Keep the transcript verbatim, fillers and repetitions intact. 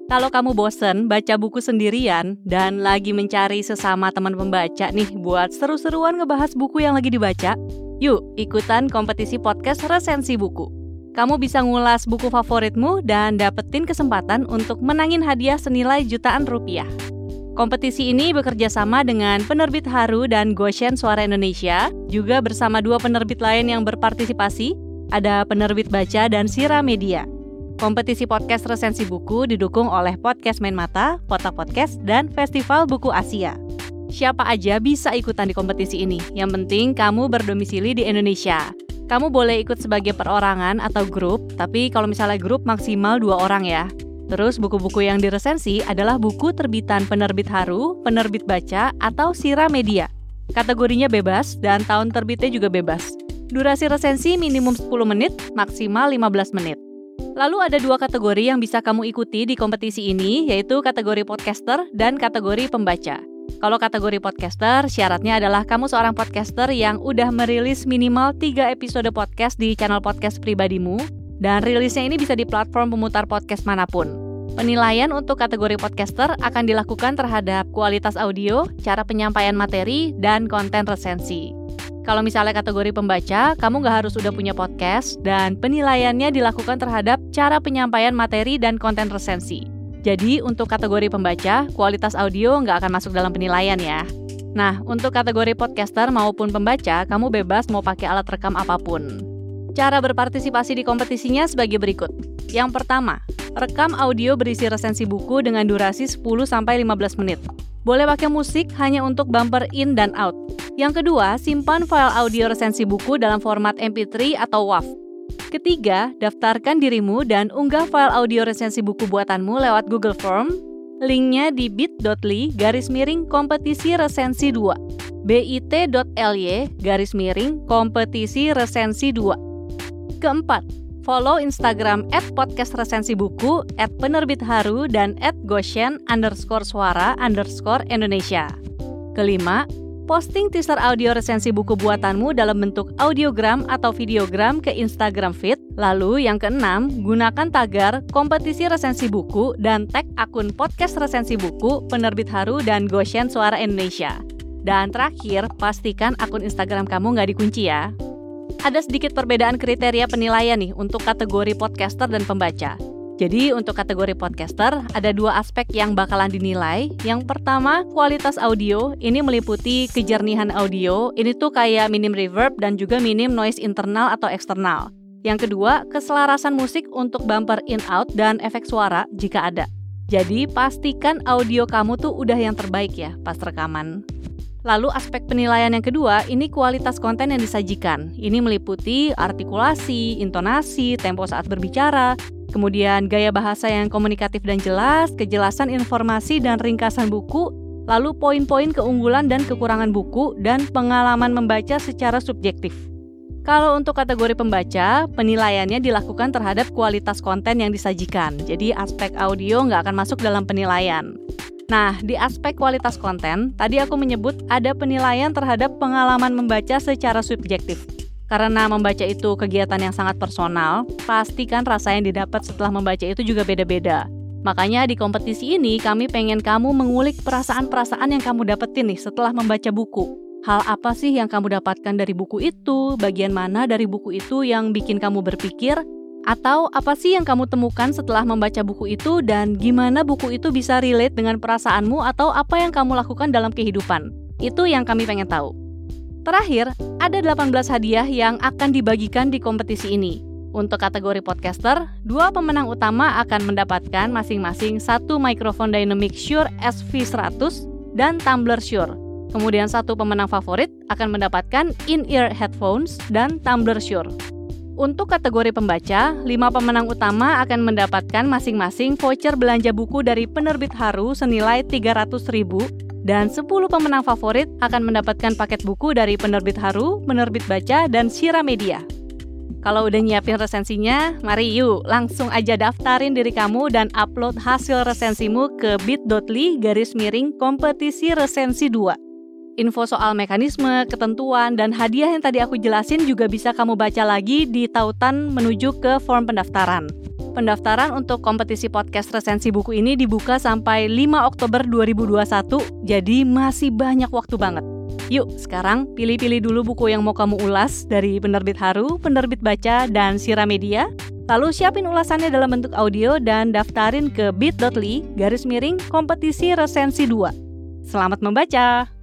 Kalau kamu bosen baca buku sendirian dan lagi mencari sesama teman pembaca nih buat seru-seruan ngebahas buku yang lagi dibaca, yuk ikutan kompetisi podcast resensi buku. Kamu bisa ngulas buku favoritmu dan dapetin kesempatan untuk menangin hadiah senilai jutaan rupiah. Kompetisi ini bekerja sama dengan Penerbit Haru dan Goshen Suara Indonesia, juga bersama dua penerbit lain yang berpartisipasi, ada Penerbit Baca dan Sira Media. Kompetisi podcast resensi buku didukung oleh Podcast Main Mata, Pota Podcast, dan Festival Buku Asia. Siapa aja bisa ikutan di kompetisi ini, yang penting kamu berdomisili di Indonesia. Kamu boleh ikut sebagai perorangan atau grup, tapi kalau misalnya grup maksimal dua orang ya. Terus buku-buku yang diresensi adalah buku terbitan Penerbit Haru, Penerbit Baca, atau Sira Media. Kategorinya bebas dan tahun terbitnya juga bebas. Durasi resensi minimum sepuluh menit, maksimal lima belas menit. Lalu ada dua kategori yang bisa kamu ikuti di kompetisi ini, yaitu kategori podcaster dan kategori pembaca. Kalau kategori podcaster, syaratnya adalah kamu seorang podcaster yang udah merilis minimal tiga episode podcast di channel podcast pribadimu, dan rilisnya ini bisa di platform pemutar podcast manapun. Penilaian untuk kategori podcaster akan dilakukan terhadap kualitas audio, cara penyampaian materi, dan konten resensi. Kalau misalnya kategori pembaca, kamu nggak harus udah punya podcast, dan penilaiannya dilakukan terhadap cara penyampaian materi dan konten resensi. Jadi, untuk kategori pembaca, kualitas audio nggak akan masuk dalam penilaian ya. Nah, untuk kategori podcaster maupun pembaca, kamu bebas mau pakai alat rekam apapun. Cara berpartisipasi di kompetisinya sebagai berikut. Yang pertama, rekam audio berisi resensi buku dengan durasi sepuluh sampai lima belas menit. Boleh pakai musik hanya untuk bumper in dan out. Yang kedua, simpan file audio resensi buku dalam format M P tiga atau W A V. Ketiga, daftarkan dirimu dan unggah file audio resensi buku buatanmu lewat Google Form. Linknya di bit.ly garis miring kompetisi resensi dua. bit.ly garis miring kompetisi resensi dua. Keempat, follow Instagram at podcast resensi buku, at penerbit haru, dan at goshen underscore suara underscore Indonesia. Kelima, posting teaser audio resensi buku buatanmu dalam bentuk audiogram atau videogram ke Instagram feed. Lalu yang keenam, gunakan tagar kompetisi resensi buku dan tag akun podcast resensi buku, Penerbit Haru, dan Goshen Suara Indonesia. Dan terakhir, pastikan akun Instagram kamu nggak dikunci ya. Ada sedikit perbedaan kriteria penilaian nih untuk kategori podcaster dan pembaca. Jadi untuk kategori podcaster ada dua aspek yang bakalan dinilai. Yang pertama, kualitas audio. Ini meliputi kejernihan audio. Ini tuh kayak minim reverb dan juga minim noise internal atau eksternal. Yang kedua, keselarasan musik untuk bumper in out dan efek suara jika ada. Jadi pastikan audio kamu tuh udah yang terbaik ya pas rekaman. Lalu aspek penilaian yang kedua, ini kualitas konten yang disajikan. Ini meliputi artikulasi, intonasi, tempo saat berbicara, kemudian gaya bahasa yang komunikatif dan jelas, kejelasan informasi dan ringkasan buku, lalu poin-poin keunggulan dan kekurangan buku, dan pengalaman membaca secara subjektif. Kalau untuk kategori pembaca, penilaiannya dilakukan terhadap kualitas konten yang disajikan. Jadi aspek audio nggak akan masuk dalam penilaian. Nah, di aspek kualitas konten, tadi aku menyebut ada penilaian terhadap pengalaman membaca secara subjektif. Karena membaca itu kegiatan yang sangat personal, pastikan rasa yang didapat setelah membaca itu juga beda-beda. Makanya di kompetisi ini kami pengen kamu mengulik perasaan-perasaan yang kamu dapetin nih setelah membaca buku. Hal apa sih yang kamu dapatkan dari buku itu? Bagian mana dari buku itu yang bikin kamu berpikir? Atau apa sih yang kamu temukan setelah membaca buku itu dan gimana buku itu bisa relate dengan perasaanmu atau apa yang kamu lakukan dalam kehidupan? Itu yang kami pengen tahu. Terakhir, ada delapan belas hadiah yang akan dibagikan di kompetisi ini. Untuk kategori podcaster, dua pemenang utama akan mendapatkan masing-masing satu mikrofon Dynamic Shure S V seratus dan tumbler Shure. Kemudian satu pemenang favorit akan mendapatkan in-ear headphones dan tumbler Shure. Untuk kategori pembaca, lima pemenang utama akan mendapatkan masing-masing voucher belanja buku dari Penerbit Haru senilai tiga ratus ribu dan sepuluh pemenang favorit akan mendapatkan paket buku dari Penerbit Haru, Penerbit Baca, dan Sira Media. Kalau udah nyiapin resensinya, mari yuk langsung aja daftarin diri kamu dan upload hasil resensimu ke bit.ly garis miring kompetisi resensi dua. Info soal mekanisme, ketentuan, dan hadiah yang tadi aku jelasin juga bisa kamu baca lagi di tautan menuju ke form pendaftaran. pendaftaran untuk kompetisi podcast resensi buku ini dibuka sampai lima Oktober dua ribu dua puluh satu, jadi masih banyak waktu banget. Yuk, sekarang pilih-pilih dulu buku yang mau kamu ulas dari Penerbit Haru, Penerbit Baca, dan Sira Media. Lalu siapin ulasannya dalam bentuk audio dan daftarin ke bit dot l y garis miring kompetisi resensi dua. Selamat membaca!